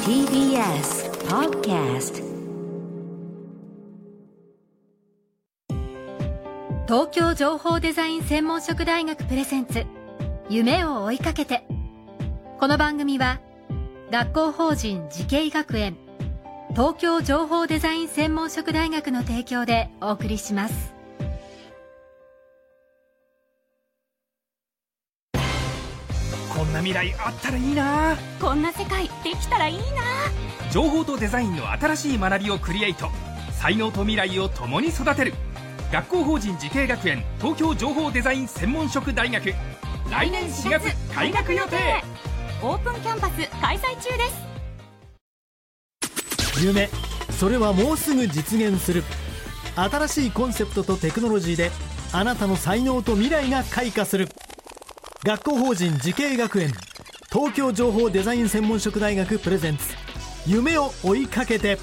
TBS Podcast。 東京情報デザイン専門職大学プレゼンツ、夢を追いかけて。この番組は学校法人慈恵学園、東京情報デザイン専門職大学の提供でお送りします。 こんな未来あったらいいな。 こんな世界できたらいいな。 情報とデザインの新しい学びをクリエイト。才能と未来を共に育てる。学校法人慈恵学園東京情報デザイン専門職大学、来年4月開学予定。 オープンキャンパス開催中です。 夢、それはもうすぐ実現する。新しいコンセプトとテクノロジーであなたの才能と未来が開花する。学校法人慈恵学園東京情報デザイン専門職大学プレゼンツ、夢を追いかけて。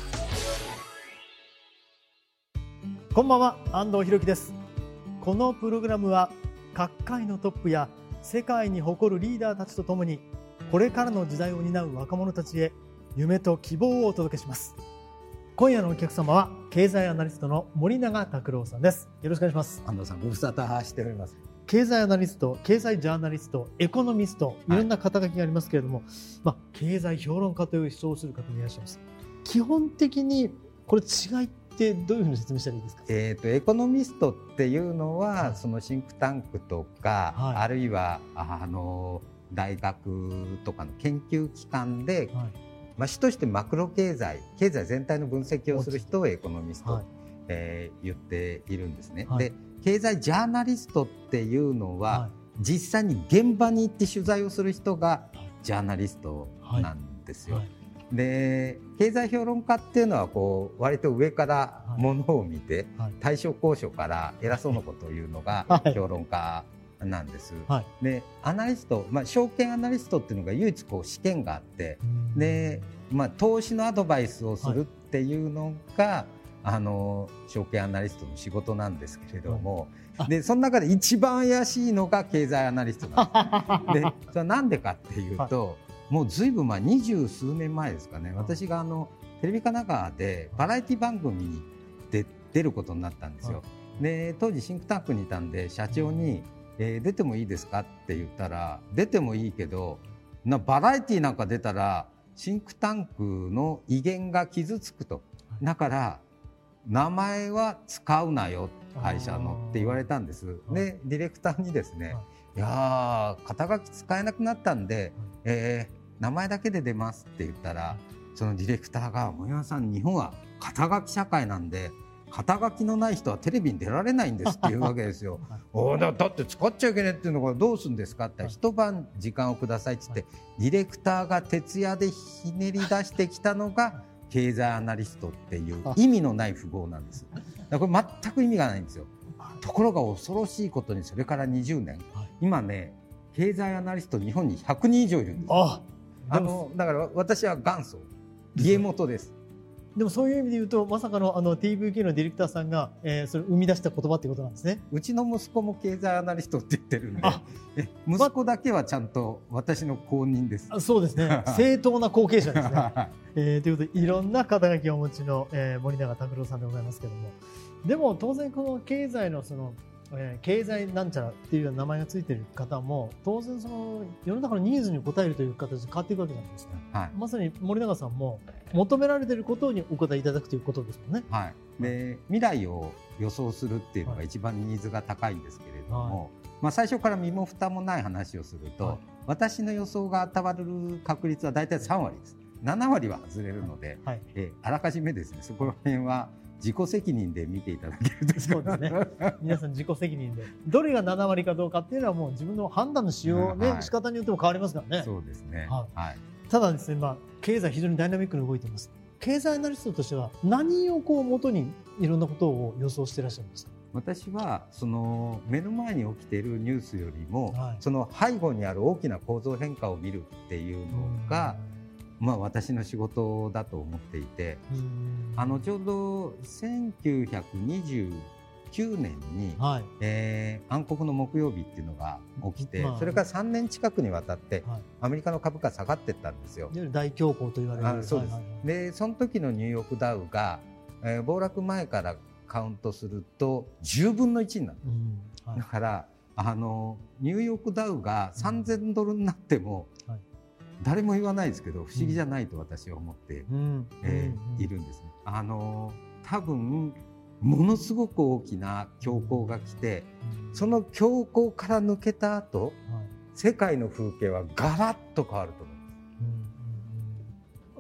こんばんは、安藤博樹です。このプログラムは各界のトップや世界に誇るリーダーたちとともに、これからの時代を担う若者たちへ夢と希望をお届けします。今夜のお客様は経済アナリストの森永卓郎さんです。よろしくお願いします。 安藤さん、ご無沙汰しております。 経済アナリスト、経済ジャーナリスト、エコノミスト、いろんな肩書きがありますけれども、経済評論家という称する方もいらっしゃいます。基本的にこれ違いってどういうふうに説明したらいいですか？ エコノミストっていうのは、そのシンクタンクとか、あるいは大学とかの研究機関で、主としてマクロ経済全体の分析をする人をエコノミスト、言っているんですね。で、経済ジャーナリストっていうのは、実際に現場に行って取材をする人がジャーナリストなんですよ。で、経済評論家っていうのは割と上からものを見て、大所高所から偉そうなことを言うのが評論家なんです。で、アナリスト、証券アナリストっていうのが唯一試験があって、で、投資のアドバイスをするっていうのが、証券アナリストの仕事なんですけれども、でその中で一番怪しいのが経済アナリストなんです。で、それはなんでかっていうと、もうずいぶん20数年前ですかね、私がテレビ神奈川でバラエティ番組に出ることになったんですよ。で、当時シンクタンクにいたんで、社長に、出てもいいですかって言ったら、出てもいいけどバラエティなんか出たらシンクタンクの威厳が傷つくと、だから名前は使うなよ会社のって言われたんです。で、ディレクターにですね、いやー、肩書き使えなくなったんで、名前だけで出ますって言ったら、そのディレクターが、森山さん、日本は肩書き社会なんで、肩書きのない人はテレビに出られないんですっていうわけですよ。だって使っちゃいけないっていうのがどうするんですかって、一晩時間をくださいって言って、ディレクターが徹夜でひねり出してきたのが経済アナリストっていう意味のない符号なんです。これ全く意味がないんですよ。ところが恐ろしいことに、それから20年、今ね、経済アナリスト日本に100人以上いるんです。だから私は元祖家元です。 でもそういう意味で言うと、まさかのTVK のディレクターさんが、それを生み出した言葉ってことなんですね。 うちの息子も経済アナリストって言ってるんで、息子だけはちゃんと私の後任です。 そうですね、正当な後継者ですね。ということで、いろんな肩書きをお持ちの、森永卓郎さんでございますけども、でも当然この経済の経済なんちゃらっていうような名前がついている方も、当然世の中のニーズに応えるという形で変わっていくわけなんですが、まさに森永さんも求められていることにお答えいただくということですもんね。 で、未来を予想するっていうのが一番ニーズが高いんですけれども、最初から身も蓋もない話をすると、私の予想が当たる確率は大体3割です。7割は外れるので、あらかじめですね、そこら辺は自己責任で見ていただけると。 そうですね。皆さん自己責任で、どれが7割かどうかっていうのはもう自分の判断の仕様仕方によっても変わりますからね。 そうですね。 ただですね、経済非常にダイナミックに動いています。経済アナリストとしては何を元にいろんなことを予想していらっしゃるんですか？ 私はその目の前に起きているニュースよりも、その背後にある大きな構造変化を見るっていうのが、私の仕事だと思っていて、ちょうど1929 年に、 はい、 暗黒の木曜日っていうのが起きて、 まあ、 それから3年近くにわたって、 はい、 アメリカの株価下がっていったんですよ。 大恐慌と言われる。 そうです、 はいはいはい、 でその時のニューヨークダウが、暴落前からカウントすると10分の1になった、はい、だからニューヨークダウが3000ドルになっても、はい、誰も言わないですけど不思議じゃないと私は思って、いるんですね。多分ものすごく大きな恐慌が来て、その恐慌から抜けた後、はい、世界の風景はガラッと変わると思います。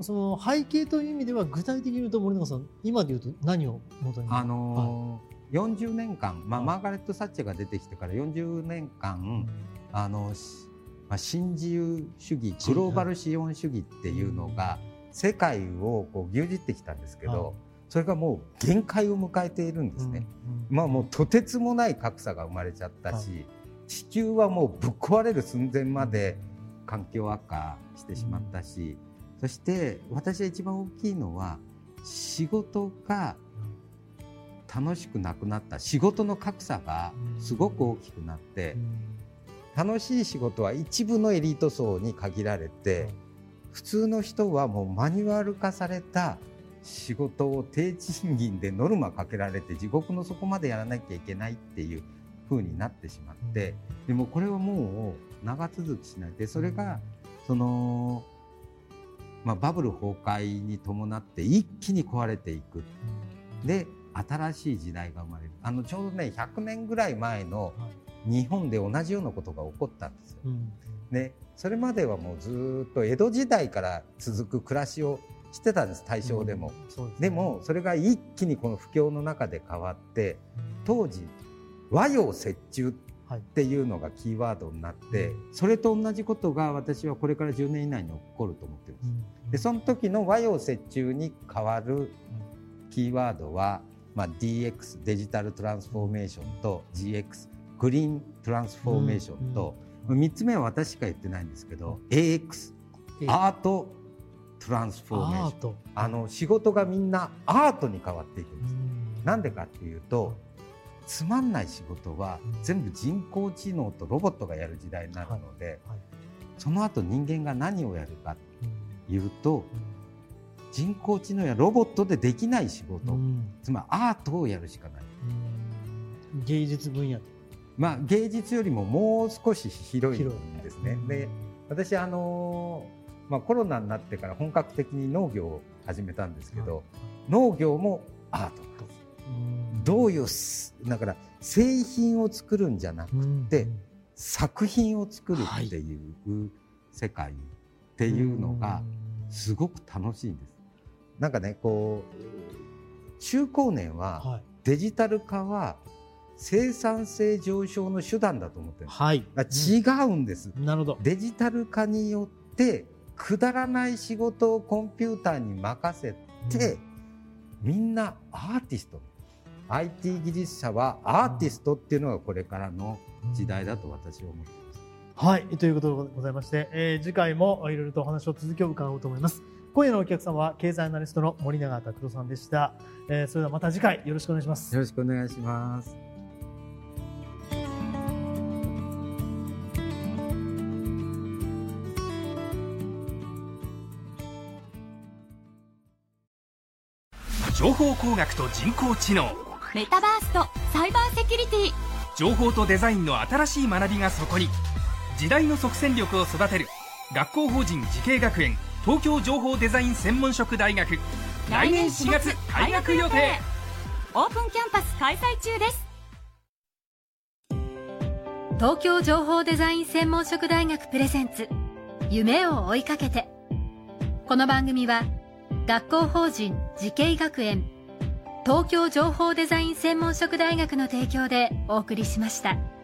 その背景という意味では具体的に言うと森永さん、今で言うと何を元に、 はい、40年間、マーガレット・サッチャーが出てきてから40年間、新自由主義グローバル資本主義っていうのが世界をこう牛耳ってきたんですけど、それがもう限界を迎えているんですね。もうとてつもない格差が生まれちゃったし、地球はもうぶっ壊れる寸前まで環境悪化してしまったし、そして私が一番大きいのは仕事が楽しくなくなった、仕事の格差がすごく大きくなって、楽しい仕事は一部のエリート層に限られて、普通の人はもうマニュアル化された仕事を低賃金でノルマかけられて地獄の底までやらなきゃいけないっていう風になってしまって、でもこれはもう長続きしないで、それがその、バブル崩壊に伴って一気に壊れていく。で新しい時代が生まれる。ちょうどね100年ぐらい前の日本で同じようなことが起こったんですよ。でそれまではもうずっと江戸時代から続く暮らしをしてたんです、大正でも。でもそれが一気にこの不況の中で変わって、当時和洋折衷っていうのがキーワードになって、それと同じことが私はこれから10年以内に起こると思っています。でその時の和洋折衷に変わるキーワードは、DX デジタルトランスフォーメーションと GX グリーントランスフォーメーションと、3つ目は私しか言ってないんですけど AX アートトランスフォーメーション、仕事がみんなアートに変わっていくんです。なんでかっていうと、つまんない仕事は全部人工知能とロボットがやる時代になるので、その後人間が何をやるかというと、人工知能やロボットでできない仕事、つまりアートをやるしかない。 芸術分野、 芸術よりももう少し広いんですね。で私コロナになってから本格的に農業を始めたんですけど、農業もアートなんです。どういうだから製品を作るんじゃなくて、作品を作るっていう世界っていうのがすごく楽しいんです。なんかね、こう中高年はデジタル化は生産性上昇の手段だと思ってるんです、違うんです。 なるほど。 デジタル化によってくだらない仕事をコンピューターに任せて、みんなアーティスト、IT 技術者はアーティストっていうのがこれからの時代だと私は思っています。 はい、ということでございまして、次回もいろいろとお話を続きを伺おうと思います。今夜のお客様は経済アナリストの森永卓郎さんでした。それではまた次回よろしくお願いします。 よろしくお願いします。 情報工学と人工知能、 メタバースとサイバーセキュリティ、 情報とデザインの新しい学びがそこに。時代の即戦力を育てる学校法人慈恵学園東京情報デザイン専門職大学、来年4月開学予定。 オープンキャンパス開催中です。 東京情報デザイン専門職大学プレゼンツ、夢を追いかけて。この番組は学校法人慈恵学園東京情報デザイン専門職大学の提供でお送りしました。